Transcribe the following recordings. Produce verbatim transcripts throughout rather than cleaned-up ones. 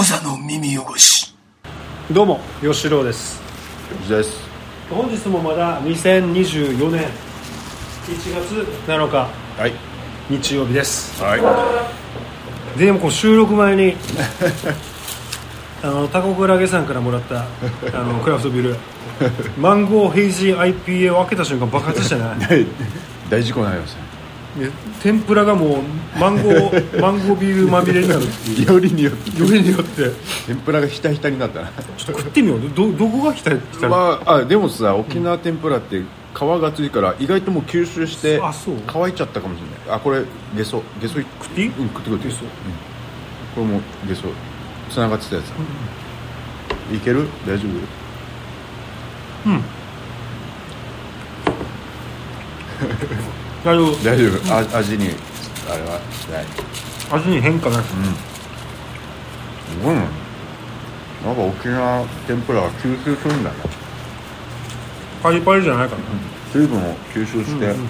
無座の耳汚し。 どうも吉郎です。 です。 本日もまだにせんにじゅうよねんいちがつなのか、 はい、 日曜日です。 はい、 でもこう収録前にあのタコクラゲさんからもらったあのクラフトビールマンゴーヘイジー アイピーエー を開けた瞬間爆発したね大事故になりましたね。 天ぷらがもうマンゴーマンゴービールまみれになるっていうよりによってよりによって天ぷらがひたひたになったな。 ちょっと食ってみよう。 ど, どこがひたひた、 まあ、あでもさ、沖縄天ぷらって皮が厚いから意外ともう吸収して乾いちゃったかもしれない。あ、これゲソゲソ食っていい？ うん、食って食ってゲソ、うん、これもゲソつながってたやつ、うん、いける？大丈夫？ うん大丈夫大丈夫、うん、あ味にあれはない。 味に変化ない。 うん、うん、なんか沖縄天ぷらは吸収するんだね。 パリパリじゃないかな、うん、 水分を吸収して、うんうん、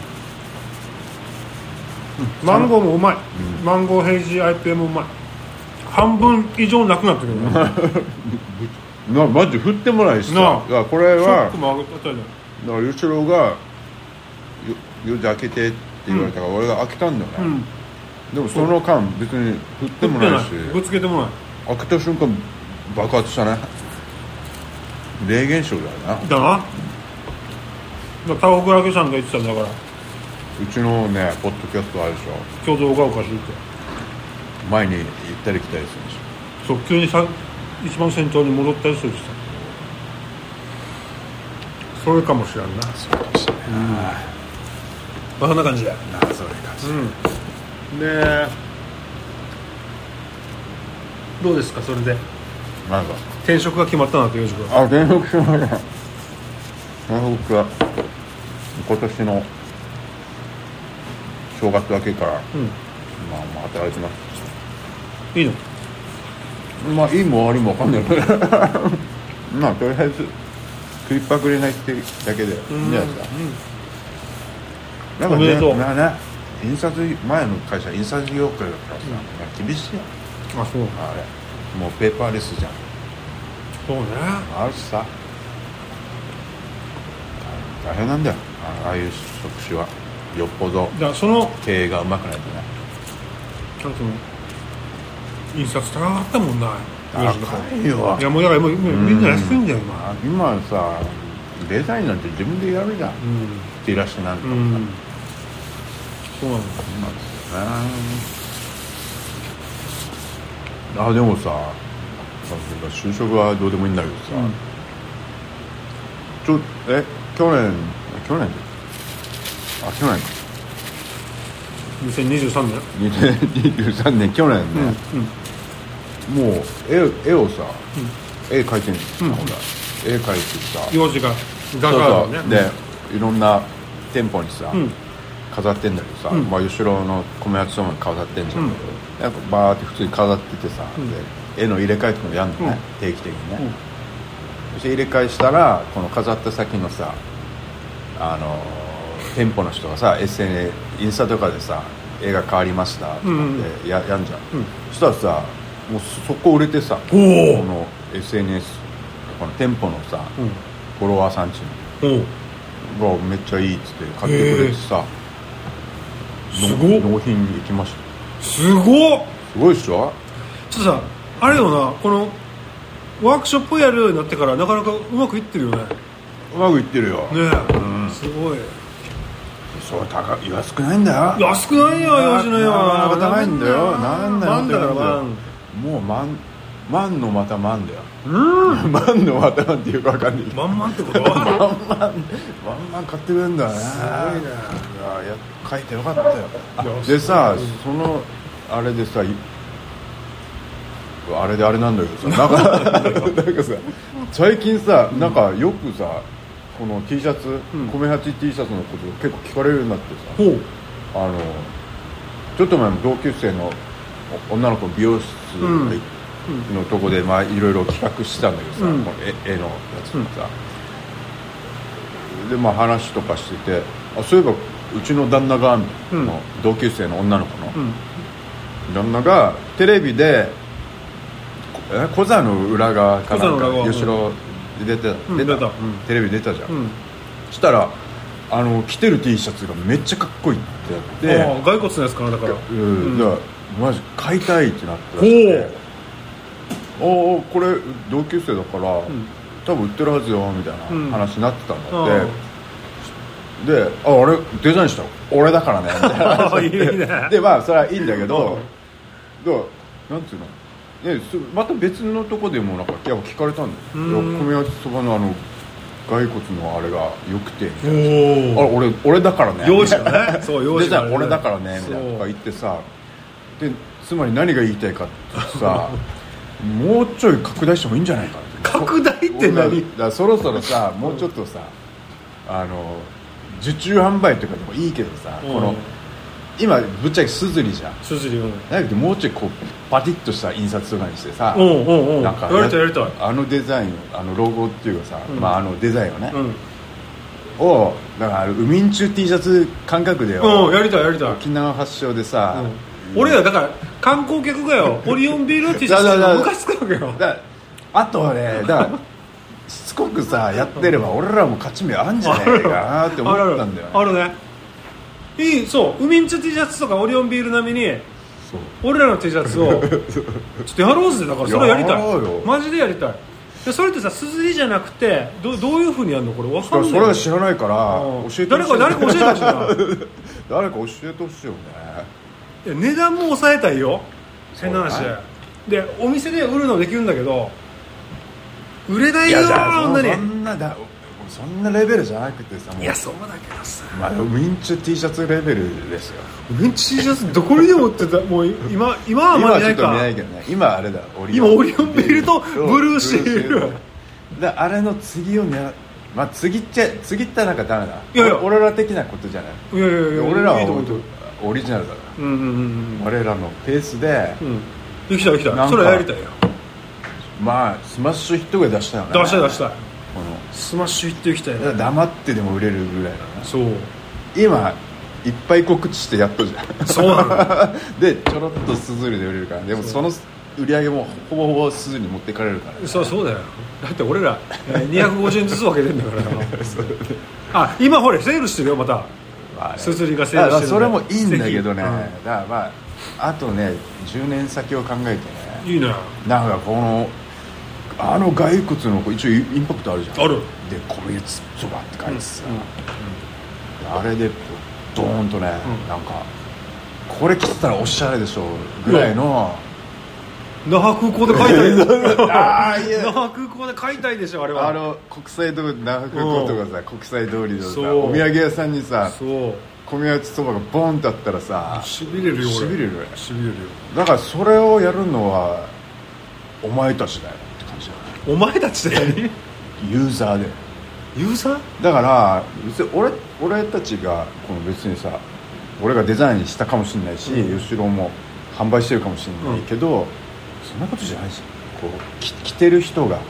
マンゴーもうまい、うん、マンゴーヘイジー アイピーエー もうまい。半分以上なくなってくるなマジ振ってもないしさ。いやこれはショックも上がったじゃん。 だから吉郎がよじ開けてって言われたから、うん、俺が開けたんだよね、うん、でもその間別に振ってもないしぶつけてもない。 開けた瞬間爆発したね。霊現象だよな。 だな。タコクラゲさんが言ってたんだから。 うちのねポッドキャストあるでしょ、 共同がおかしいって前に行ったり来たりするでしょ。 そう急にさ一番先頭に戻ったりするしさ、それかもしれんな。 そうかもしれない、うんまあ、そんな感じだよな。それ感じ、 うん、でどうですかそれで。 なんか転職が決まったなという時間。 あ、転職しました。転職は今年の正月明けから、うん、まあまあ働いてます。 いいの？ まあいいも悪いも分かんないけどまあとりあえず食いっぱくれないってだけでいいんじゃないですか。なんかね、まあね、印刷前の会社印刷業界だからさ、うん、厳しいよ。 あ、そう。 あれもうペーパーレスじゃん。 そうね。 あるしさ大変なんだよ、ああいう職種は。よっぽどその経営がうまくないとね。 ちゃんと印刷高かったもんな。 高いよ。 いやもうだからもうみんな安いんだよ今。 今さデザインなんて自分でやるじゃん、うん、イラストなんか、うん、 そうなんですよね。あでもさ就職はどうでもいいんだけどさ、うん、ちょえ去年去年あ去年にせんにじゅうさんねんにせんにじゅうさんねん去年ね、うんうん、もう 絵, 絵をさ、うん、絵描いてるんですよ、うん、ほら絵描いてさ用紙が画家だね。 でいろんな店舗にさ、うん、飾ってんだけどさ、うんまあ、吉郎の米八そばに飾ってんじゃん、うん、なんかバーって普通に飾っててさ、うん、で絵の入れ替えとかもやんのね、うん、定期的にね、うん、そして入れ替えしたらこの飾った先のさあの店舗の人がさ エスエヌエス インスタとかでさ絵が変わりましたとかって や,、うんうん、や, やんじゃん、うん、そしたらさもうそこ売れてさこの エスエヌエス この店舗のさ、うん、フォロワーさんちにがめっちゃいいっつって買ってくれてさ、 すごっ納品に行きました。 すごっすごいっしょ。 ちょっとさあれよな、このワークショップやるようになってからなかなかうまくいってるよね。 うまくいってるよねえ、うん、すごい。 そう高い安くないんだよ。 安くないよ用紙の絵は。 なかなか高いんだよ。なんだよ万だから万。 もう万万のまた万だよ。 うん万のまた万っていうか分かんない。 万万ってこと？万万万万買ってくれるんだね。 すごいね。 いや書いてよかったよ。でさそのあれでさあれであれなんだけどさなんかなんかさ最近さなんかよくさこの T シャツ、うん、米八 T シャツのこと結構聞かれるようになってさ、うあのちょっと前の同級生の女の子の美容室のとこでまあいろいろ企画してたんだけどさ、うん、この 絵, 絵のやつとかさ、うん、でまあ話とかしててあそういえばうちの旦那がの同級生の女の子の、うん、旦那がテレビでえ小座の裏側かなんか吉郎で出て、 うん、 出た、 出た、うん、 テレビ出たじゃん、 うん、 したらあの着てる T シャツがめっちゃかっこいいってやって、 あ骸骨のやつかなだから、 うん、だからマジ買いたいってなったらしくて、おおこれ同級生だから、うん、多分売ってるはずよみたいな話になってたんだって、うん、であ俺デザインした俺だからねみたいな話でいい、ね、でまあそれはいいんだけど、うん、だからなんていうのね、また別のとこでもなんかやっぱ聞かれたんだよ米焼そばのあの骸骨のあれが良くてみたいなあ俺俺だからね幼児だねそう幼児だね俺だからねみたいなとか言ってさでつまり何が言いたいかってさもうちょい拡大してもいいんじゃないかって拡大って何だからそろそろさもうちょっとさあの受注販売とかでもいいけどさこの今ぶっちゃけすずりじゃんすずり、うん、 だけどもうちょいこうパティッとした印刷とかにしてさ、 うんうんうん、 なんかやりたいやりたいあのデザインあのロゴっていうかさ、うんまあ、あのデザインをね、 うん、 をだからウミンチュ T シャツ感覚でよ、 うん、やりたいやりたい沖縄発祥でさ、 うん、俺らだから観光客がよオリオンビールの T シャツがムカつくわけよだあとはねだからしつこくさやってれば俺らも勝ち目あんじゃねえかなって思ったんだよねあるあるねいいそうウミンチュ T シャツとかオリオンビール並みに俺らの T シャツをちょっとやろうぜだからそれやりたいマジでやりたいでそれってさすずりじゃなくて ど, どういう風にやるのこれ分かんないそれは知らないから教えてほしい誰か誰か教えてほしいな誰か教えてほしいよねいや値段も抑えたいよ変な話ででお店で売るのできるんだけど売れないよいやそんなにそんなだそんなレベルじゃなくてさいやそうだけどさまあウミンチュ T シャツレベルですよウミンチュ T シャツどこにでも売ってたもう今今はまだないか今はちょっと見ないけどね今あれだオリオン今オリオンビールとブルーシールだあれの次をねまあ次っちゃ次ってなんかダメだいやいや俺ら的なことじゃないいやいやいや俺らはオリジナルだから、 うんうんうん、 我らのペースで、 うん、行きたい行きたいそれやりたいよまあスマッシュヒットが出したよね出したい出したいこのスマッシュヒット行きたいね黙ってでも売れるぐらいだねそう今いっぱい告知してやっとじゃんそうなのでちょろっとスズリで売れるからでもその売り上げもほぼほぼスズリに持ってかれるから、ね、 そうそうだよだって俺らにひゃくごじゅうえんずつ分けてんだからあ今ほれセールしてるよまた、まあ、スズリがセールしてるそれもいいんだけどね、うん、だからまああとねじゅうねん先を考えてねいいねなんかこのあの骸骨の一応インパクトあるじゃんあるで米そばって書いてさ、うんうん、あれでドーンとね、うん、なんかこれ着てたらおしゃれでしょぐらいの、 うん、那覇空港で買いたいあいや那覇空港で買いたいでしょあれはあの国際通り那覇空港とかさ、うん、国際通りのさお土産屋さんにさそう米焼きそばがボンってあったらさしびれるよしびれるしびれるよだからそれをやるのはお前たちだよって感じだよお前たちって何ユーザーでユーザーだから別に 俺, 俺たちがこの別にさ俺がデザインしたかもしれないし、うん、吉郎も販売してるかもしれないけど、うん、そんなことじゃないしこうき着てる人が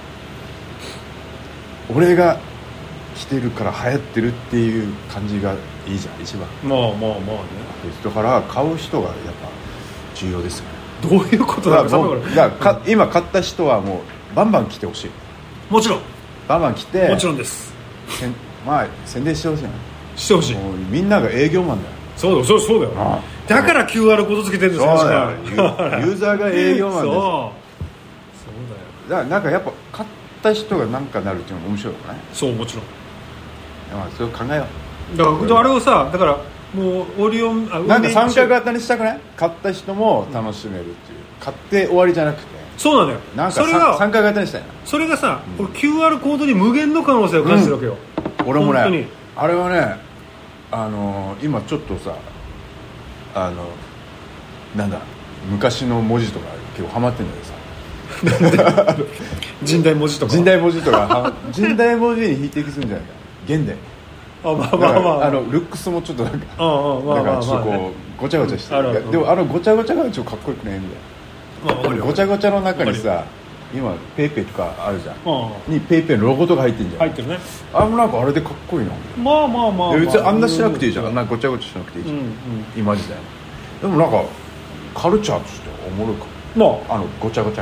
俺が着てるから流行ってるっていう感じがいいじゃん一番まあまあまあねだから買う人がやっぱ重要ですよねどういうことだろうだからか今買った人はもうバンバン来てほしいもちろんバンバン来てもちろんですまあ宣伝してほしいなしてほしいみんなが営業マンだよそうだよそうそうだよああだから キューアール コードつけてるんですよそうだよユーザーが営業マンですそうそうだよだからなんかやっぱ買った人がなんかなるっていうのが面白いよねそうもちろんまあそれを考えようだからあれをさだからもうオリオンあなんか参加型にしたくない買った人も楽しめるっていう、うん、買って終わりじゃなくてそうなのよなんかそれが参加型にしたいなそれがさ、うん、キューアール コードに無限の可能性を感じてるわけよ、 うん、俺もねあれはねあのー、今ちょっとさあのなんだ昔の文字とか結構ハマってんだけどさ神代文字とか神代文字とか神代文字に匹敵するんじゃないか現代あまあまあまああのルックスもちょっとなんかああまあまあなんかちょっとこうごちゃごちゃしてる、うん、でもあのごちゃごちゃがちょっとかっこよくねみたいな、まあ、ごちゃごちゃの中にさ今ペイペイとかあるじゃん、うん、にペイペイのロゴとか入ってんじゃん入ってるねあもなんかあれでかっこいいなまあまあまあ、まあ、 別にあんなしなくていいじゃん、うん、なんかごちゃごちゃしなくていいじゃん、うんうん、今時代でもなんかカルチャーとしておもろいかまああのごちゃごちゃが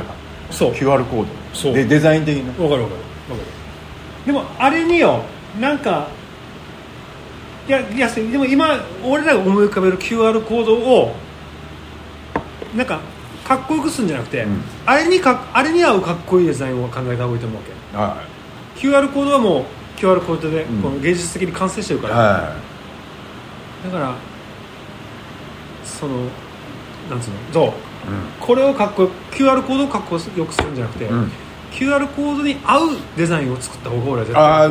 そうキューアール コードそうでデザイン的な。 分かる分かる分かる。でもあれによなんかいやいやでも今俺らが思い浮かべる キューアール コードをなんかかっこよくするんじゃなくて、うん、あれにかあれに合うかっこいいデザインを考えた方がいいと思うわけ、はい、キューアール コードはもう キューアール コードでこの芸術的に完成してるから、うんはい、だからそのなんつうのどう、うん、これをかっこよく キューアール コードをかっこよくするんじゃなくて、うん、キューアール コードに合うデザインを作った方が俺は絶対ああ、うん、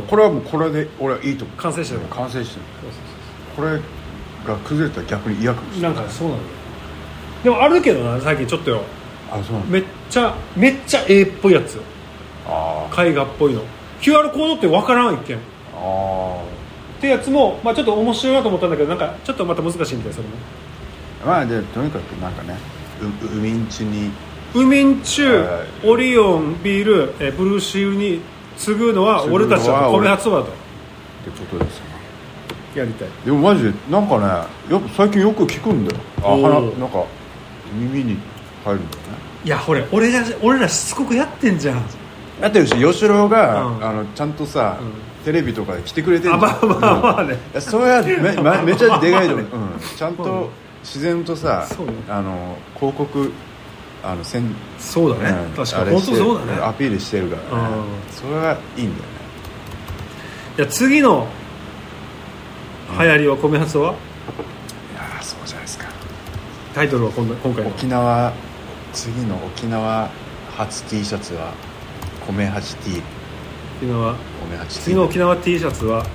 これはもうこれで俺はいいと思う。 完成してる完成してる。これが崩れたら逆に嫌かもしれない。 なんかそうなんだよ。でもあるけどな最近ちょっとよあそうなんだ。 めっちゃめっちゃ絵っぽいやつよ。あ絵画っぽいの キューアール コードって分からん一見あってやつも、まあ、ちょっと面白いなと思ったんだけどなんかちょっとまた難しいみたいそれもまあでとにかくなんかねウミンチにウミンチュオリオンビールえブルーシールに次ぐのは俺たちは米発売だとってことですよね。 やりたい。 でもマジでなんかねやっぱ最近よく聞くんだよ。あ鼻なんか耳に入るんだよね。 いやほれ俺ら俺らしつこくやってんじゃん。 やってるし吉郎が、うん、あのちゃんとさ、うん、テレビとかで来てくれてるじゃん。 あまあまあまあね、 うん、それは め, ま、めちゃでかいと思う、うん、ちゃんと自然とさ、ね、あの広告あのせんそうだね、うん、確かに本当そうだねアピールしてるからね、うん、それはいいんだよね。 いや次の流行りは米発は、うん、いやそうじゃないですか。 タイトルは今今回の沖縄次の沖縄初 T シャツは米八 T 沖縄米八 T 次の沖縄 T シャツは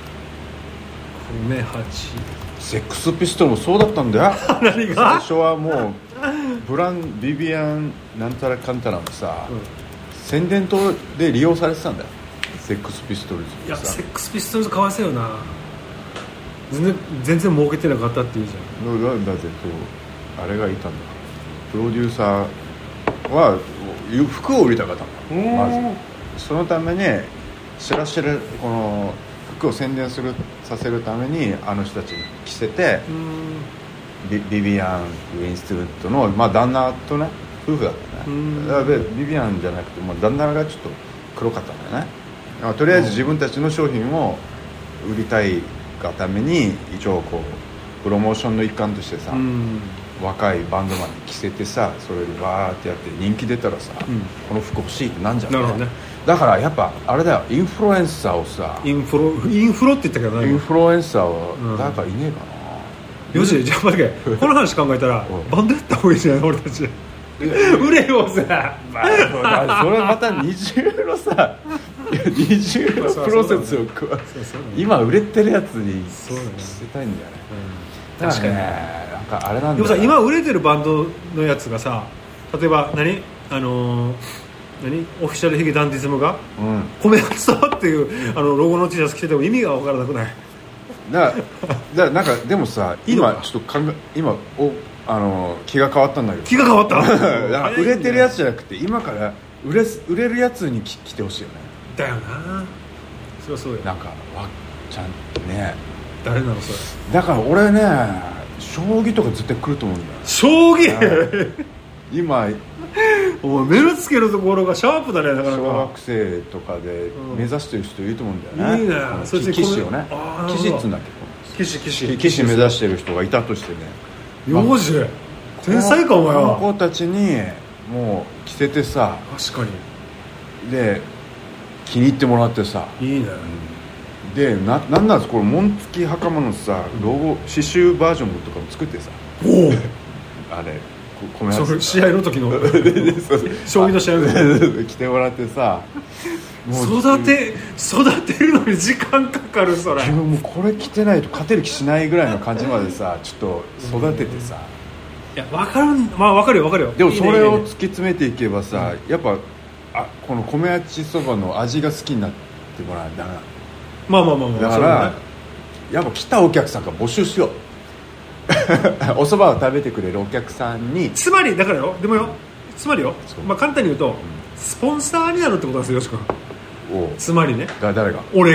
米八セックスピストルもそうだったんだよ何が最初はもうブランビビアンなんたらかんたらのさ、うん、宣伝塔で利用されてたんだよセックスピストルズ。 いやセックスピストルズかわいそうよな。全然全然儲けてなかったっていうじゃん。 だだってあれがいたんだプロデューサーは服を売りたかったんだまずそのためにしらしらこの服を宣伝するさせるためにあの人たちに着せてビ, ビビアン・ウィンストウッドの、まあ、旦那とね夫婦だったね。だからビビアンじゃなくて、まあ、旦那がちょっと黒かったんだよね。だからとりあえず自分たちの商品を売りたいがために一応こうプロモーションの一環としてさ若いバンドマンに着せてさそれでバーってやって人気出たらさ、うん、この服欲しいってなんじゃん、ね、なるほどね。だからやっぱあれだよインフルエンサーをさインフロインフロって言ったけどねインフルエンサーは誰かいねえかな。 よしじゃあ待ってけこの話考えたらバンドやった方がいいじゃない俺たち売れよさ、 まあ、それまた二重のさ二重のプロセスを加え今売れてるやつに着せたいんだよね、 うん、確かにね。なんかあれなんだよでもさ今売れてるバンドのやつがさ例えば何あのー、何オフィシャルヒゲダンディズムが、うん、米発だっていうあのロゴの T シャツ着てても意味が分からなくないだからなんかでもさ今ちょっと考え今おあの気が変わったんだけど気が変わった売れてるやつじゃなくて今から売れ売れるやつに来てほしいよね。 だよなそりゃそうよ。 なんかわちゃんとね誰なのそれ。 だから俺ね将棋とか絶対来ると思うんだよ。 将棋今お前目のつけるところがシャープだね。だから小学生とかで目指してる人いると思うんだよね、 うん、いいね。 それで棋士をね棋士っつうんだっけ棋士棋士棋士目指してる人がいたとしてね幼児、まあ、天才かお前は。 この子たちにもう着せてさ確かにで気に入ってもらってさいいね、 うん、で な, なんなんですこれ紋付き袴のさロゴ刺繍バージョンとかも作ってさおおあれ米そ試合の時の将棋の試合の時着てもらってさ育て育てるのに時間かかる。それ自分もこれ着てないと勝てる気しないぐらいの感じまでさちょっと育ててさ、 いや分かるまあ分かるよ分かるよ。 でもそれを突き詰めていけばさ、うん、やっぱあこの米八そばの味が好きになってもらうだな。 まあまあまあまあだから、ね、やっぱ来たお客さんから募集しようお蕎麦を食べてくれるお客さんにつまりだからよでもよつまりよ、まあ、簡単に言うと、うん、スポンサーになるってことなんですよよし君。つまりね誰が俺が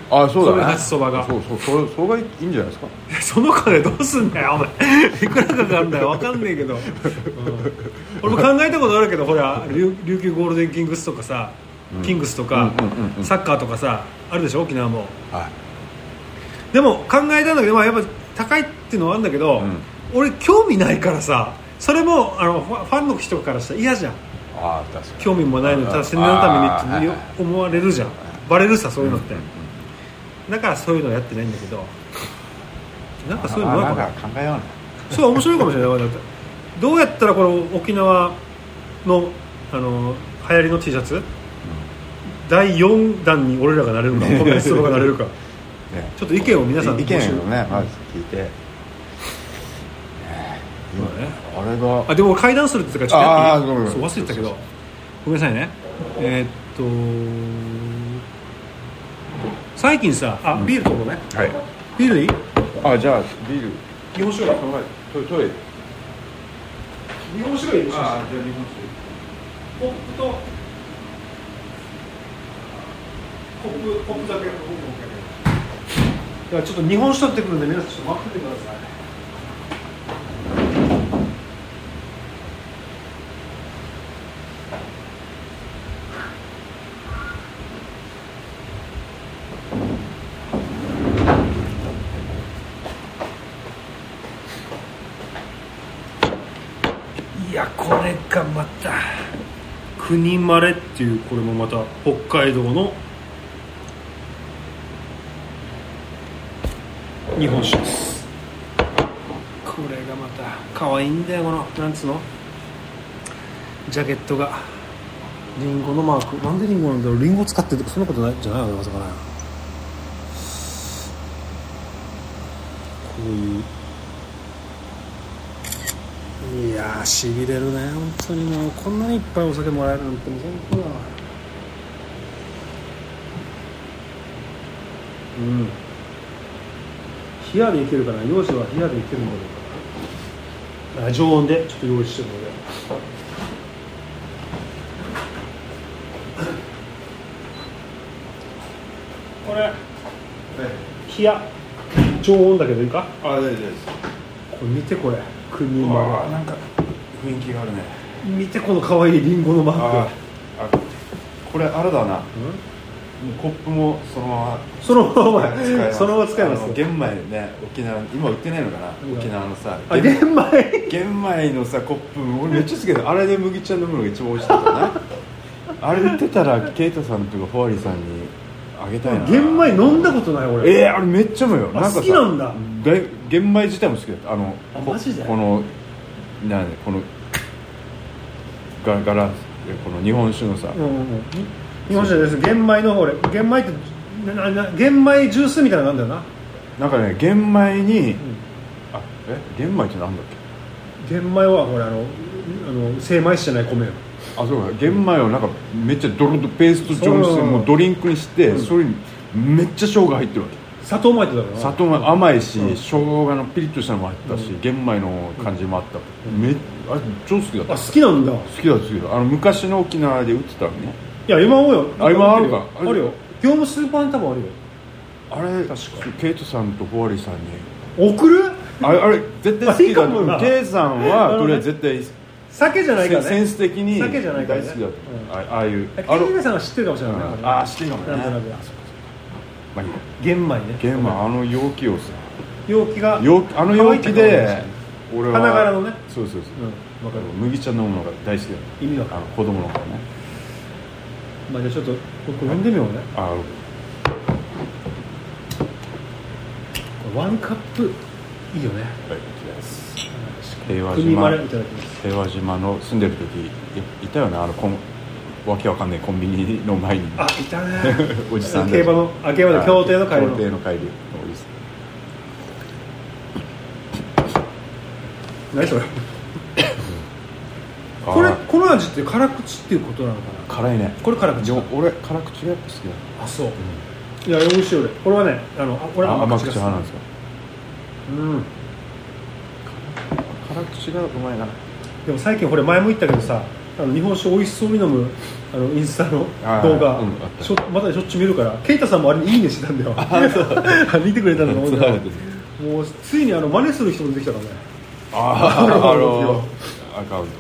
あ、そうだね、 米八そばが。 そうそう、それそれがいいんじゃないですか。 その金どうすんだよお前いくらかかるんだよ分かんねえけど、うん、俺も考えたことあるけど、ほら琉球ゴールデンキングスとかさ、うん、キングスとか、うんうんうんうん、サッカーとかさあるでしょ沖縄も、はい、でも考えたんだけど、まあ、やっぱ高いっていうのはあるんだけど、うん、俺興味ないからさ、それもあのファンの人からしたら嫌じゃん。あ、確かに興味もないのにただ宣伝のためにって思われるじゃん、バレるさ、そういうのって、うんうんうん、だからそういうのやってないんだけど、なんかそういうのなんか考えようね。そう面白いかもしれない。だってどうやったらこの沖縄のあの流行りの T シャツ、うん、だいよんだんに俺らがなれるか、コメントがなれるか、ね、ちょっと意見を皆さん意見をねまず聞いて、ね、あれがあでも階段するって言ったからちょっとやっていい？そう忘れてたけどごめんなさいね。えー、っと最近さあ、うん、ビールともね、はい、ビールでいい？ あ、じゃあビール日本酒がいい？ トイレ日本酒がいい？ あ、じゃあ日本酒コップとコップ、コップだけ、コップだけ。じゃあちょっと日本酒取ってくるんで皆さんちょっと待っててください。いやこれがまた国まれっていう、これもまた北海道の日本酒です。これがまた可愛いんだよ、このなんつうのジャケットがリンゴのマーク。なんでリンゴなんだろう。リンゴ使ってるとかそんなことないじゃないのかな。こういういやーしびれるね本当に。もうこんなにいっぱいお酒もらえるなんてもう本当だ。うん冷やでいけるかな。用紙は冷やでいけるんだろうかな。常温でちょっと用意してるのでこれ冷や常温だけどいいか。 あ、大丈夫です。 これ見て、これ国まれなんか雰囲気があるね。 見てこの可愛いリンゴのマーク。ああこれあれだな、うん、コップもそのままそのままそのまま使います。 玄米ね、沖縄今売ってないのかな、うん、沖縄のさ玄米玄米のさコップ俺めっちゃ好きだ。あれで麦茶飲むのが一番美味しかったなあれ売ってたらケイトさんとかフォアリーさんにあげたいな。 玄米飲んだことない俺。 えー、あれめっちゃうまいよ。なんかさ好きなんだ。 玄米自体も好きだった。あのあマジでこのなんでこのガガラこの日本酒のさ、うんうんうん、 日本酒です。玄米の方で玄米ってなな玄米ジュースみたいなのなんだよな。 なんかね玄米に、うん、あえ玄米ってなんだっけ。玄米はこれあのあの精米してない米よ。 あそうか。玄米をなんかめっちゃドロッとペースト状にしてもうドリンクにして、うん、それにめっちゃ生姜入ってるわけ。 砂糖も入ってたからな。 砂糖も甘いし、うん、生姜のピリッとしたのも入ったし、うん、玄米の感じもあった、うん、めあれ超好きだった。 あ好きなんだ。 好きだ好きだ。あの昔の沖縄で売ってたのね。 いや今もよ。 あ今あるか。 あるよ。業務スーパーに多分あるよ。 あれ確かケイトさんとフォアリーさんに送る。 あれあれ絶対好きだと。ケイさんはとりあえず絶対酒じゃないからね。 センス的に酒じゃないからね。 大好きだと、うん、あ, ああいうケイさんは知ってるかもしれない、ね、 ああ知ってるかもね。なんとなくまあいい玄米ね。 玄米あの容器をさ容器が容あの容器で俺は花柄のね。 そうそうそう、うん、かる。麦茶飲むのが大好きだ。 意味わかる。 子供の頃ね。 まあじゃあちょっとこれ飲んでみようね。 あワンカップいいよね。 はい平和島平和島の住んでる時いたよね。あのこんわけわかんないコンビニの前に。 あいたねおじさん競馬のあ競馬の競艇の帰りの競艇の帰りのおじさん。何それこれこの味って辛口っていうことなのかな。 辛いね。 これ辛口。 俺辛口がやっぱ好きだ。 あそう、うん、いや美味しいよね。これはねあの俺は甘口派なんですか。 うん辛口がうまいな。 でも最近これ前も言ったけどさあの日本酒を美味しそうに飲むあのインスタの動画、うん、しょまたしょっちゅう見るからケイタさんもあれにいいねしてたんだよ見てくれたのがもうついにあの真似する人も出てきたからねああのアカウント、うん、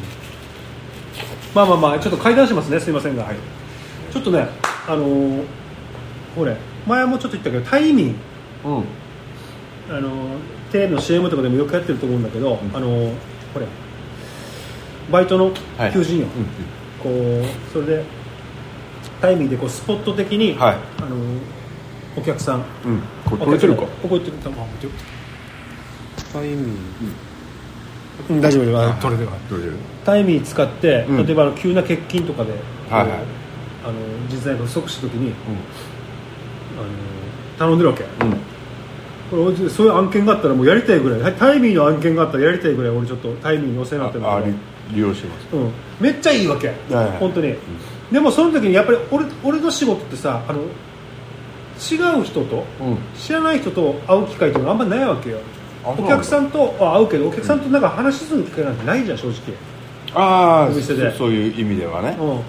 まあまあまあちょっと階段しますねすいませんが、はい、ちょっとねあのー、これ前もちょっと言ったけどタイミン、うん、あのテレビの シーエム とかでもよくやってると思うんだけど、うん、あのこれバイトの求人よ、はいうんうん、こうそれでタイミングでこうスポット的に、はい、あのお客さん、 うん、これ撮れてるかここ行ってるたまんタイミング、うん、大丈夫です。撮れてるタイミング使って、うん、例えば急な欠勤とかで、はいはい、あの人材が不足した時に、うん、あの頼んでるわけ、うん、これそういう案件があったらもうやりたいぐらいタイミングの案件があったらやりたいぐらい俺ちょっとタイミングのせなってるんだけど利用してます、 うん、めっちゃいいわけ、はいはい、本当に、うん、でもその時にやっぱり 俺, 俺の仕事ってさあの違う人と、うん、知らない人と会う機会っていうのはあんまりないわけよ。お客さんと会うけどお客さんとなんか話する機会なんてないじゃん正直。 ああ、お店で そ, そういう意味ではね、 うん、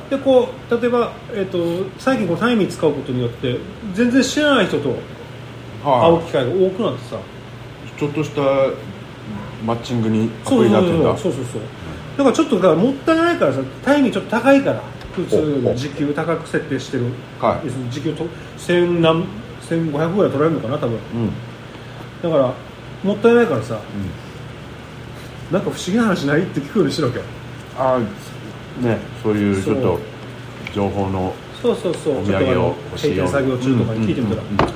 でこう例えば、えー、と最近こうタイミング使うことによって全然知らない人と会う機会が多くなってさ、はあ、ちょっとしたマッチングにアプリになってるんだ。 そうそうそうそう、だからちょっとだからもったいないからさタイミングちょっと高いから普通の時給高く設定してる、はい、時給と千何千五百ぐらい取られるのかな多分、うん、だからもったいないからさ、うん、なんか不思議な話ないって聞くようにしてるわけ。 ああね、そういうちょっと情報のそうそうそうお土産を閉店作業中とかに聞いてみたら、うんうんうん、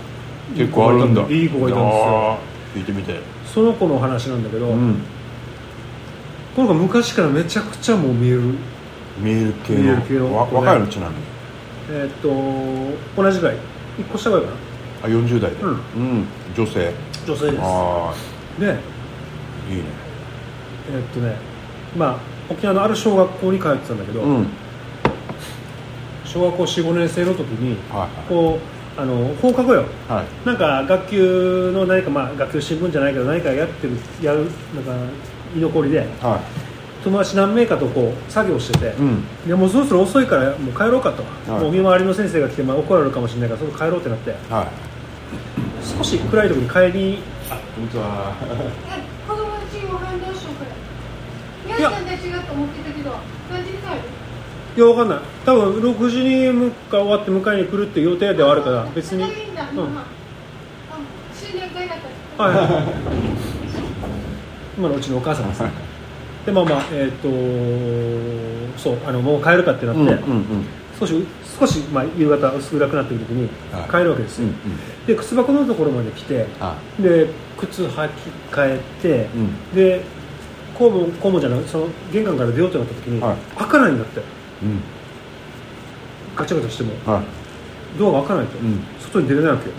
結構あるんだ。 いい子がいたんですよ。 聞いてみて。 その子の話なんだけど、うん、この子昔からめちゃくちゃもう見える見える系 の, 見える系の若いのちなみにえー、っと同じぐらいいっこ下ぐらいかなあよんじゅう代で、うんうん、女性女性です。あでいいねえー、っとねまあ沖縄のある小学校に通ってたんだけど、うん、小学校 よん,ご 年生の時に、はいはい、こうあの放課後よ、はい、なんか学級の何か、まあ、学級新聞じゃないけど何かやってるやるなんか居残りで、はい、友達何名かとこう作業してて、うん、いやもうそろそろ遅いからもう帰ろうかと、はい、もう見回りの先生が来て、まあ、怒られるかもしれないからそろそろ帰ろうってなって、はい、少し暗いところに帰りあ本当は子供たちも反応しようから皆さんたちがと思ってたけど何時に帰る？ いやわかんない多分ろくじに迎え終わって迎えに来るっていう予定ではあるから別にいいんだ、うん、まあ、新年会だったはいはいはい今のうちのお母さんですねでまあまあえっ、ー、とそうあのもう帰るかってなって、うんうんうん、少し少し、まあ、夕方薄暗くなってくる時に帰るわけですよ、はいうんうん、で靴箱のところまで来てで靴履き替えて、うん、で校門校門じゃないその玄関から出ようとなった時に、はい、開かないんだって、うん、ガチャガチャしても、はい、ドアが開かないと、うん、外に出れないわけよ、うん、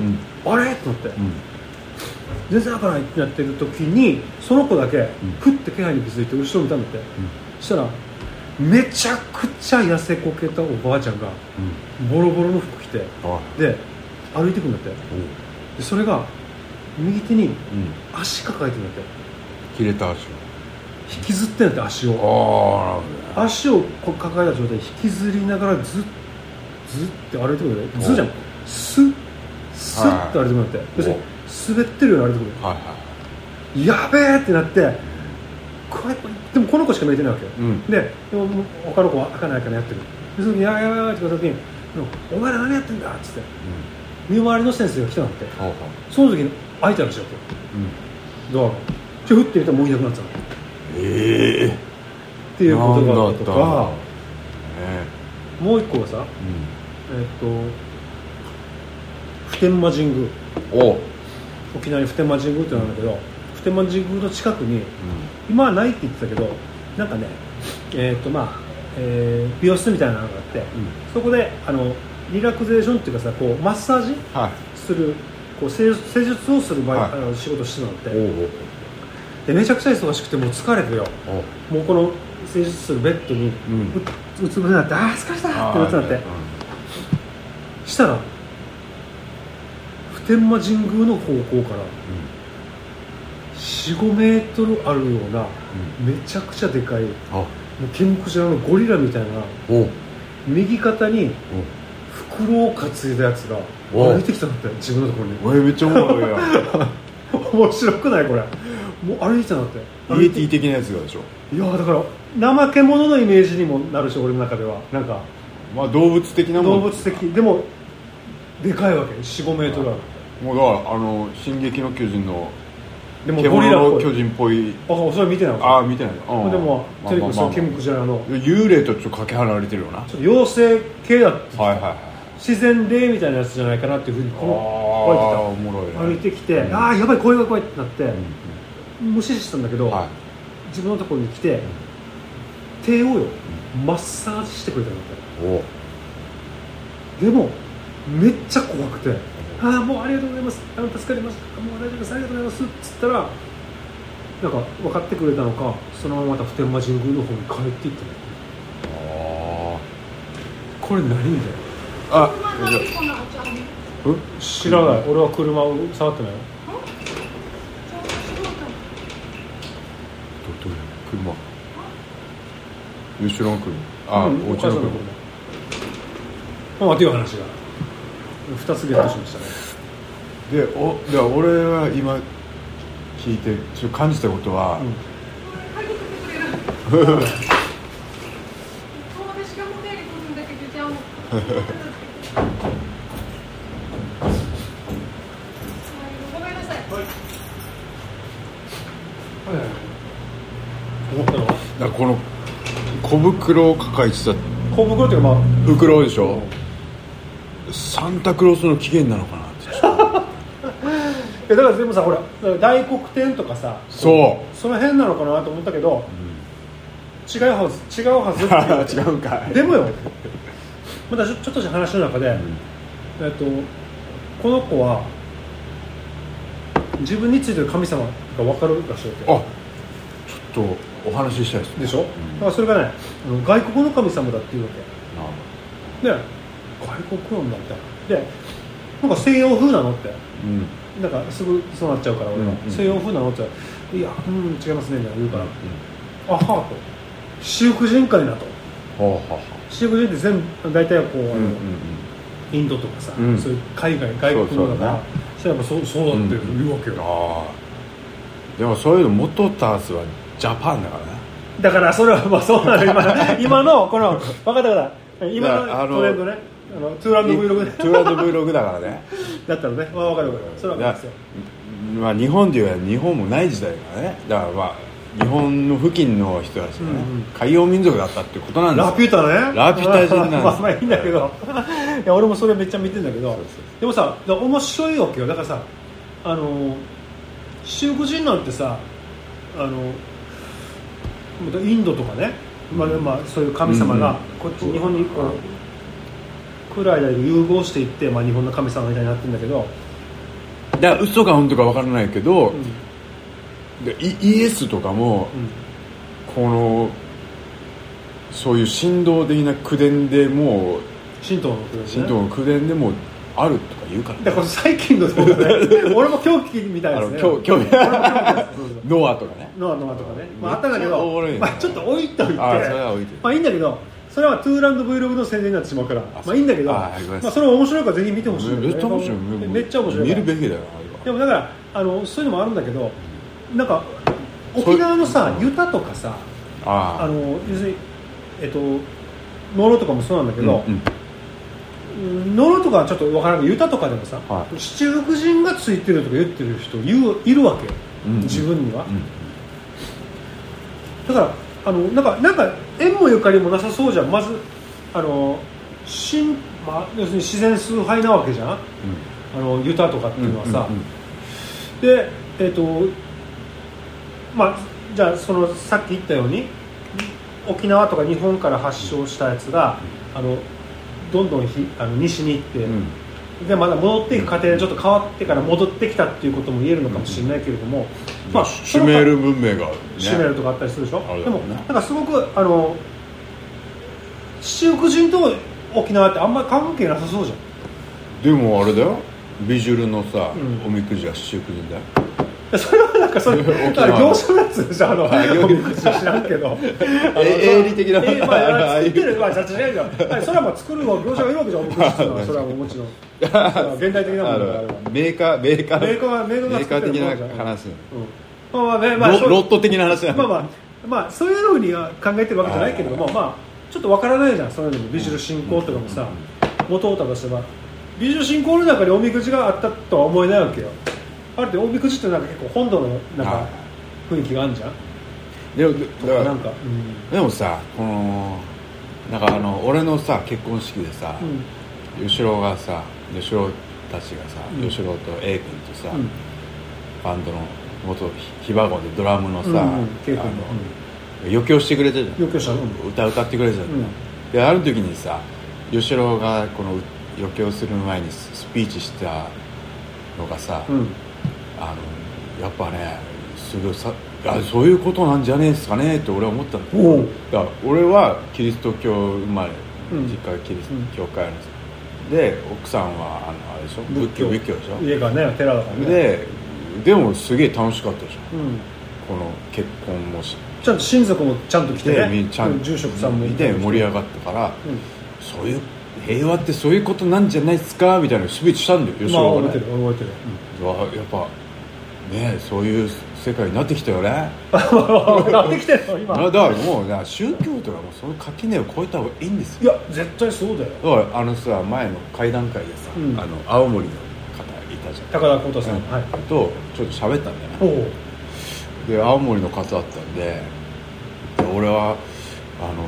あれってなって、うん、全然開かないってなってる時にその子だけふって気配に気づいて後ろ見たんだって、うん、そしたらめちゃくちゃ痩せこけたおばあちゃんが、うん、ボロボロの服着てで歩いてくんだって、でそれが右手に足抱えてるんだって、 切れた足を引きずってんだって足をあ足を抱えた状態で引きずりながらずっずって歩いてくるんだよ。ずじゃんスッスッって歩いてくるんだって、はい、滑ってるように歩いてくる、はいはい、やべえってなってこれでもこの子しか見えてないわけよ、うん、ででも他の子は開かないからやってるでその時にやばいやばいって言った時にお前ら何やってんだっつって、うん、見回りの先生が来たんだって、うん、その時に開いたらしいわけよ、うん、ドアがちょふってみたらもういなくなってたのええー、 っていうことがあったとか、えー、もう一個がさ、うん、えー、っと普天間神宮お沖縄に普天間神宮ってなんだけど、うん、普天間神宮の近くに、うん、今はないって言ってたけどなんかねえー、っとまあ、えー、美容室みたいなのがあって、うん、そこであのリラクゼーションっていうかさこうマッサージする、はい、こう施術をする場合、はい、あの仕事してたのっておうおうでめちゃくちゃ忙しくてもう疲れてよもうこの施術するベッドにうつ伏せになって、うん、ああ疲れたってなってなって、うん、したら普天間神宮の方向から、うん、よん、ごメートルあるような、うん、めちゃくちゃでかいケムクジラのゴリラみたいなお右肩に袋を担いだやつが歩いてきたんだって自分のところに。 おいめっちゃおもろいやん面白くないこれ。もう歩いてたんだって。 イエティ的なやつがでしょ。 いやだから怠け者のイメージにもなるし俺の中ではなんかまあ動物的なもん。 動物的でもでかいわけ よん、ごメートルある。 もうだからあの進撃の巨人のでもゴリラっぽい獣の巨人っぽい。 あそれ見てない。 ああ見てない。 うん、でもテレビのケムクジラの幽霊とちょっとかけ離れてるよな。 ちょっと妖精系だって、 はいはいはい、 自然霊みたいなやつじゃないかなっていうふうにこの歩いてた。おもろいね。 歩いてきて、うん、ああやばい声が怖いってなって、うん、無視したんだけど、はい、自分のところに来て、うん、手をよ、うん、マッサージしてくれたんだって。でもめっちゃ怖くて、ああもうありがとうございます、あの助かりました、もう大丈夫です、ありがとうございますっつったらなんか分かってくれたのかそのまままた普天間神宮の方に帰っていったの。ああこれ何みたいな。あ知らない、俺は車を触ってないよ。 どどれ車後ろの車。あ、うん、お家の車。 まあっていう話がふたつゲットしましたね。 で、おでは俺は今聞いてちょっと感じたことは、うん思ったのはだこの小袋を抱えてた。 小袋っていうかまあ袋でしょ。サンタクロースの起源なのかなっていやだからでもさほら大黒天とかさそうその辺なのかなと思ったけど、うん、違うはず違うはずって違うかい。 でもよまたちょっとした話の中で、うんえっと、この子は自分についてる神様が分かるらしいわけ。 あちょっとお話ししたいですね。 でしょ、うん、だからそれがね外国の神様だっていうわけで外国なんだみたいなでなんか西洋風なのって、うん、なんかすぐそうなっちゃうから俺は、うんうん、西洋風なのっていやうん違いますねみたいな言うから、うんうん、あはと私服人かいなと。私服人って全部大体こう、うんうんうん、インドとかさ、うん、そういう海外外国のだからそれはやっぱそうそうだって言うわけよ、うんうん、あでもそういうの元タースはジャパンだからね。 だからそれはまあそうなの 今, 今のこの分かったから今のトレンドねあのトゥーランド Vlog ねトゥーランド Vlog だからねだったらね、まあ、分かる分かるそれは分かるんですよ。 まあ日本でいう日本もない時代だからね。だからまあ日本の付近の人たちがね、うんうん、海洋民族だったってことなんですよ。 ラピュタねラピュタ人なんですまあまあいいんだけどいや俺もそれめっちゃ見てんだけどそうそうそうでもさ面白いわけよ。だからさあの中国人なんてさあのインドとかね、まあまあ、そういう神様がこっち日本にこう来る間に融合していって、まあ、日本の神様みたいになってるんだけどだから嘘か本当か分からないけど、うん、でイエスとかも、うん、このそういう神道的な口伝でも神道の口伝、ね、 神道の口伝でもあるとか言うから、ね、 だから最近の動画ね俺も狂気みたいですね。 狂気ノアとかねノアノアとかね、まあ、あったんだけど、ねまあ、ちょっと置いといてあそれは置いてまあいいんだけどそれはトゥーランド Vlog の宣伝になってしまうからまあいいんだけどあまあ、それは面白いからぜひ見てほしい、ね、 めっちゃ面白いめっちゃ面白い見るべきだよ。 でもだからあのそういうのもあるんだけどなんか沖縄のさユタとかさ あ, あの要するにえっとノロとかもそうなんだけど、うんうんノロとかはちょっと分からないけどユタとかでもさ、はい、七福神がついてるとか言ってる人い る, いるわけよ、うん、自分には、うん、だからあのなんかなんか縁もゆかりもなさそうじゃん。まずあの神、まあ、要するに自然崇拝なわけじゃん、うん、あのユタとかっていうのはさ、うんうんうん、でえっ、ー、とまあじゃあそのさっき言ったように沖縄とか日本から発祥したやつが、うん、あのどんどんひあの西に行って、うん、でまだ戻っていく過程でちょっと変わってから戻ってきたっていうことも言えるのかもしれないけれども、 うんまあ、シュメール文明が、ね、 シュメールとかあったりするでしょ、ね、でもなんかすごくあの七福神と沖縄ってあんまり関係なさそうじゃん。 でもあれだよビジュルのさ、うん、おみくじは七福神だよ。 それはなんかそれ業者のやつでしょ、あのおみくじ知らんけど営利的な、 えーまあ、作ってるまあじゃ違うじゃん、それはまあ作る業者がいるわけじゃん、おみくじっていうのはそれはもちろん現代的なものだからメーカーメーカーメーカーがメーカーがメーカー的な話、 うん、まあまあまあロット的な話なの。 まあまあまあそういうふうには考えてるわけじゃないけれども、まあちょっとわからないじゃん、そういうのも美術進行とかもさ、元を正せば美術進行の中におみくじがあったとは思えないわけよ。あれっておみくじってなんか結構本土のなんか雰囲気があるじゃん。 でもだからなんか、うん、 でもさ、このなんかあの俺のさ結婚式でさ、うん、吉郎がさ、吉郎たちがさ、うん、吉郎と A 君とさ、うん、バンドの元ヒバゴンでドラムのさ、うんうん、あの、うん、余興してくれてるじゃん。 余興した、うん、 歌歌ってくれてたじゃん、うん、である時にさ、吉郎がこの余興する前にスピーチしたのがさ、うん、あのやっぱねすごいさ、あそういうことなんじゃねえですかねって俺は思ったんだよ。だから俺はキリスト教生まれ、うん、実家がキリスト教会なんです、うん、で奥さんはあのあれでしょ、仏教仏教でしょ、 家がね寺だからね。 ででもすげえ楽しかったでしょ、うん、この結婚もしちゃんと親族もちゃんと来てね、 ちゃんと住職さんもいて盛り上がったから、うん、そういう平和ってそういうことなんじゃないですかみたいなスピーチしたんだよ、吉郎がね。 まあ覚えてる覚えてる、 うん、やっぱねそういう世界になってきたよねなってきてるの今だからもう宗教とかもその垣根を越えた方がいいんですよ。いや絶対そうだよ。 だからあのさ前の会談会でさ、うん、あの青森の方いたじゃん、 高田浩太さん、うん、はい、 とちょっと喋ったんだよね。で青森の方だったんで、で俺はあの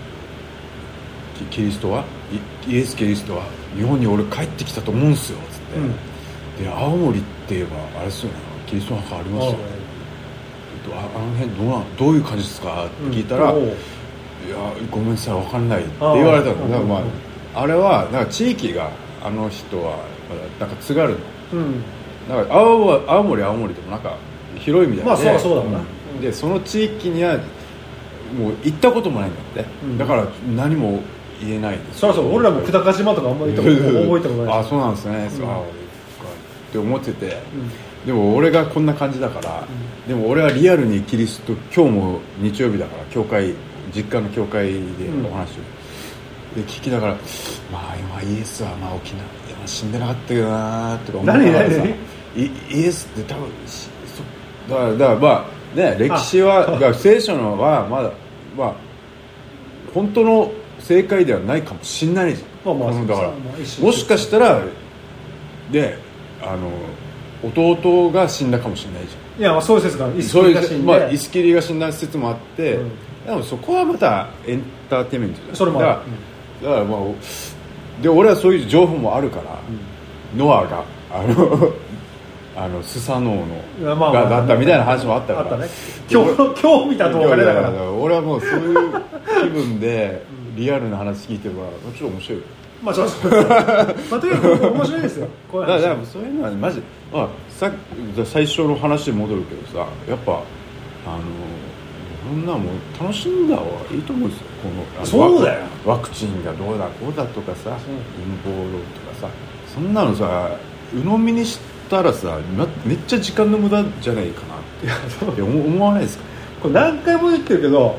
キリストはイエス・キリストは日本に俺帰ってきたと思うんすよつって、うん、で青森って言えばあれですよね、キリストの墓ありますよ、あ, あの辺どうなんどういう感じですかって聞いたら、うん、いやごめんなさい分かんないって言われたの。だから、まあ、あれはなんか地域があの人はなんか津軽の、うん、なんか 青, 青森青森でもなんか広いみたいな、 まあそうそうだな、 うん、でその地域にはもう行ったこともないんだって、うん、だから何も言えないです。 そうそう、俺らも久高島とかあんまり覚えたことない。 あ、そうなんですね、うん、そうって思ってて、うん、でも俺がこんな感じだから、うん、でも俺はリアルにキリスト、今日も日曜日だから教会、実家の教会でお話を、うん、で聞きながら、まあ今イエスはまあ沖縄死んでなかったけどなとか思いながらさ、イ, イエスって多分だからだからまあね、歴史は聖書のはまだまあ本当の正解ではないかもしれないじゃん、まあまあ、だから、まあ、もしかしたらであの弟が死んだかもしれないじゃん。 いや、まあそういう説がイスキリが死んで、まあ、 イスキリが死んだ説もあって、うん、でもそこはまたエンターテインメントじゃん。 それもある。だから、だからまあで俺はそういう情報もあるから、うん、ノアがあのあのスサノオの、まあまあ、だったみたいな話もあったから、あったね、 今日今日見た動画でだから俺はもうそういう気分でリアルな話聞いてるからちょっと面白いよ。 まあそうそうまあとにかく面白いですよこういう話。 だからそういうのはマジ、まあ、さ最初の話に戻るけどさ、やっぱあのこんなもん楽しんだ方がいいと思うんですよ。このあのそうだよ、 ワクチンがどうだこうだとかさ、陰謀論とかさ、そんなのさ鵜呑みにしたらさめっちゃ時間の無駄じゃないかなって思わないですか。 これ何回も言ってるけど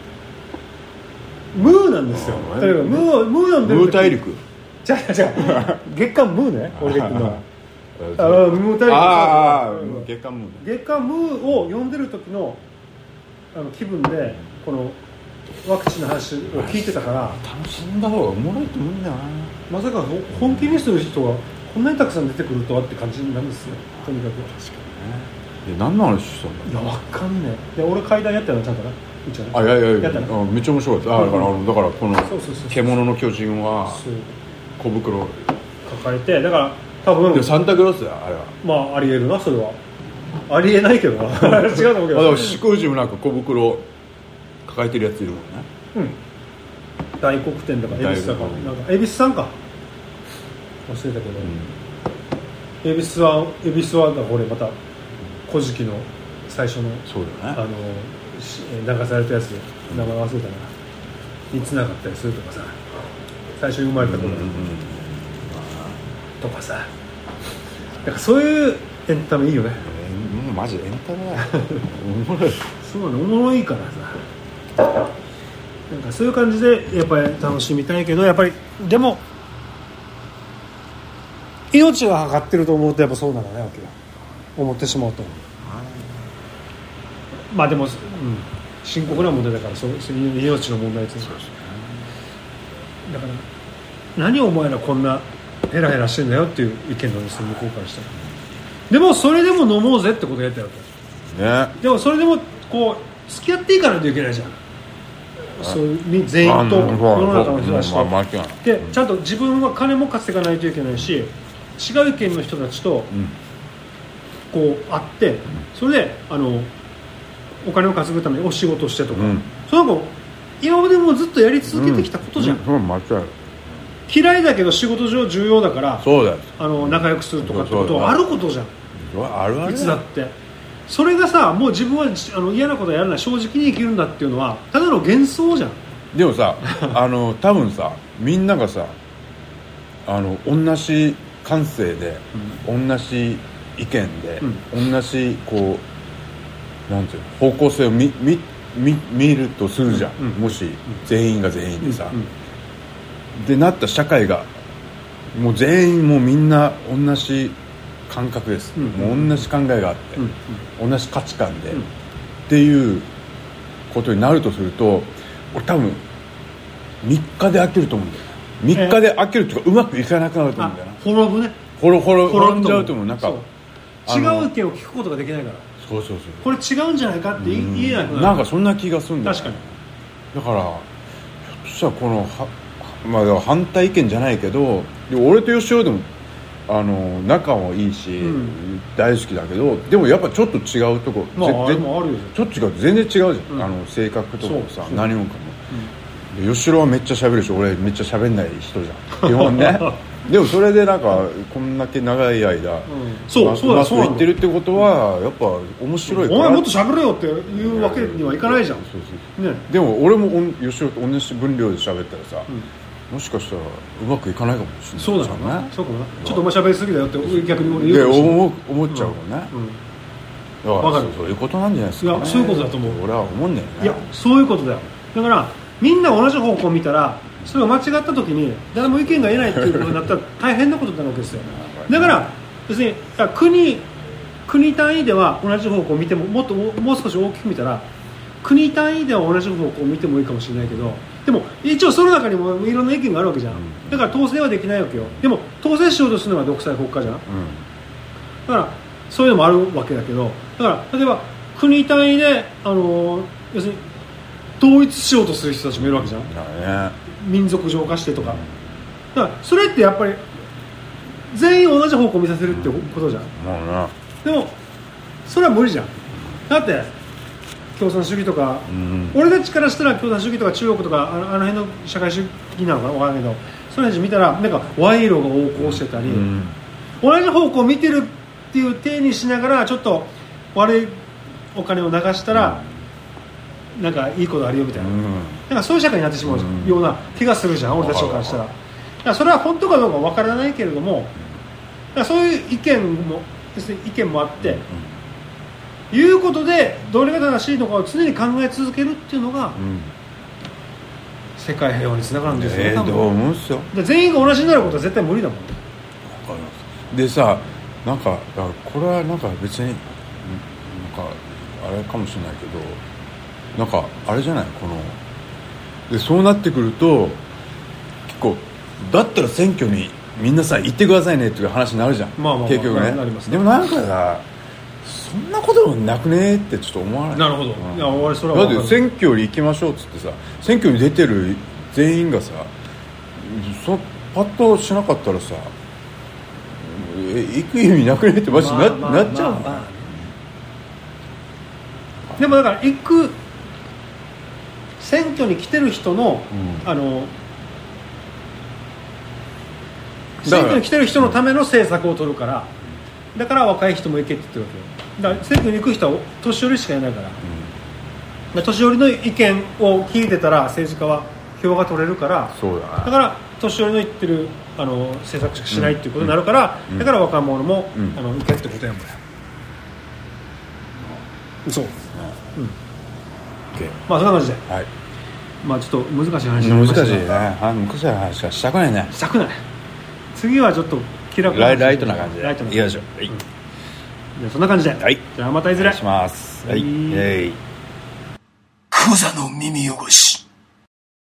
ムーなんですよ。とにかくムームーなんでムー大陸じゃあじゃあ月刊ムーね俺が言ってるのはあのムー大陸、 ああ月刊ムー、 月刊ムーを読んでる時のあの気分でこのワクチンの話を聞いてたから楽しんだ方がおもろいと思うんだよな。 まさか本気にする人がこんなにたくさん出てくるとはって感じなんですよ。とにかく確かにね。何の話したんだ。いやわかんねえ。で俺階段やったのちゃんとな。 あいやいやいやあめっちゃ面白かった。あだから、うん、だからこの獣の巨人は小袋抱えて、だから多分でサンタクロースだあれは。 まあありえるな、それはありえないけどな違うと思うけど、 あだから四国人もなんか小袋抱えてるやついるもんね。 うん、大黒天だから恵比寿だからなんか恵比寿さんか忘れたけど、うん、恵比寿は恵比寿はだからこれまた古事記の最初のそうだね、あの流されたやつ名前忘れたな、につながったりするとかさ、最初に生まれた頃、うんうんうん、とかさ、なんかそういうエンタメいいよね。 えー、 マジエンタメだよおもろいそうなの、おもろいからさ、なんかそういう感じでやっぱり楽しみたいけど、やっぱりでも命がかかってると思うとやっぱそうならないわけよ、思ってしまうと。まあでも、うん、深刻な問題だから、そうそういう命の問題っていうのはだから何をお前らこんなヘラヘラしてんだよっていう意見なんですよ、向こうからしたら。でもそれでも飲もうぜってことをやったわけ、ね、でもそれでもこう付き合っていかないといけないじゃん、そういう全員と世の中の人たちと、まあ、でちゃんと自分は金も稼がないといけないし、違う意見の人たちとこう会って、それであのお金を稼ぐためにお仕事してとか、うん、その子今までもずっとやり続けてきたことじゃん、うんうん、間違いない。嫌いだけど仕事上重要だから、そうだあの仲良くするとかってことはあることじゃん、あるあるいつだって。それがさ、もう自分はあの嫌なことはやらない、正直に生きるんだっていうのはただの幻想じゃん。 でもさあの多分さ、みんながさあの同じ感性で、うん、同じ意見で、うん、同じこうなんていうの方向性を見見見見るとするじゃん、うん、もし全員が全員でさ、うんうん、でなった社会がもう全員もうみんな同じ感覚です、うん、もう同じ考えがあって、うん、同じ価値観で、うん、っていうことになるとすると、俺多分みっかで飽きると思うんだよ。みっかで飽きるっていうか、うまくいかなくなると思うんだよな。 滅ぶね、 滅ぶ滅んじゃうと思う。なんか違う意見を聞くことができないから、 そうそうそう、 これ違うんじゃないかって言えなくなる。 なんかそんな気がするんだよ。 確かに。 だからひょっとしたらこのは、まあ、反対意見じゃないけど、俺と吉尾でもあの仲もいいし、うん、大好きだけど、でもやっぱちょっと違うとこ、 まあ、あれもあるよ。 ちょっと違う、全然違うじゃん、うん、あの性格とかさ、何もかも、うん、で吉郎はめっちゃ喋るし、俺めっちゃ喋んない人じゃん基本ねでもそれでなんかこんだけ長い間、うん、 そうそうだ、そう言ってるってことはやっぱ面白いから、 お前もっと喋れよっていうわけにはいかないじゃん。そうそう、ね、でも俺も吉郎と同じ分量で喋ったらさ、うん、もしかしたらうまくいかないかもしれない。 そうだよね。そうかもな。ちょっとお前喋りすぎだよって逆に俺言うかもしれない。 思, 思っちゃうもんね。うんうん、だからそういうことなんじゃないですか、ね。 いや、そういうことだと思う。 俺は思うんだよね。 いや、そういうことだよ。だからみんな同じ方向を見たら、それが間違った時に誰も意見が言えないっていうことになったら大変なことになるわけですよ。だから別に国国単位では同じ方向を見ても、もっともう少し大きく見たら国単位では同じ方向を見てもいいかもしれないけど、でも一応その中にもいろんな意見があるわけじゃん。だから統制はできないわけよ。でも統制しようとするのは独裁国家じゃん、うん、だからそういうのもあるわけだけど、だから例えば国単位であの要するに統一しようとする人たちもいるわけじゃん、ね、民族浄化してとか。だからそれってやっぱり全員同じ方向を見させるってことじゃん、うん、でもそれは無理じゃん。だって共産主義とか、うん、俺たちからしたら共産主義とか中国とかあの、あの辺の社会主義なのかな分からないけど、その辺見たらなんか賄賂が横行してたり、うん、同じ方向を見てるっていう体にしながらちょっと悪いお金を流したら、うん、なんかいいことあるよみたいな、うん、なんかそういう社会になってしまうような気がするじゃん、うん、俺たちからしたら。だからそれは本当かどうか分からないけれども、だからそういう意見もですね、意見もあって、うんいうことでどれが正しいのかを常に考え続けるっていうのが、うん、世界平和につながるんですよ、 えー、どう思うんですよ。 全員が同じになることは絶対無理だもん。 分かります。でさ、なんかこれはなんか別になんかあれかもしれないけど、なんかあれじゃない、このでそうなってくると結構だったら選挙にみんなさ行ってくださいねっていう話になるじゃん、まあまあまあ、結局ね。なりますね。でもなんかさ、そんなこともなくねってちょっと思わない？ なるほど、うん、いや俺それはだって選挙に行きましょうっつってさ、選挙に出てる全員がさそパッとしなかったらさ、え行く意味なくねってマジに な,、まあまあ、なっちゃうの、まあまあ、でもだから行く選挙に来てる人の、うん、あの選挙に来てる人のための政策を取るから、だから若い人も行けって言ってるわけよ。だから選挙に行く人は年寄りしかいないから、うん、年寄りの意見を聞いてたら政治家は票が取れるから、 そうだ、 だから年寄りの言ってるあの政策しかしないっていうことになるから、うん、だから若者も、うん、あの行けってことやもん。 そう、 うんうん、 まあそんな感じで、 はい、 まあちょっと難しい話になり難しましたいね、難しい話しかしたくないね。 したくない。次はちょっと気楽なライライトな感じでライトな感じいきましょう、はい、 じゃあそんな感じで、 はい、 じゃあまたいずれお願いします。はい、 はい、 えい、 クザの耳汚し。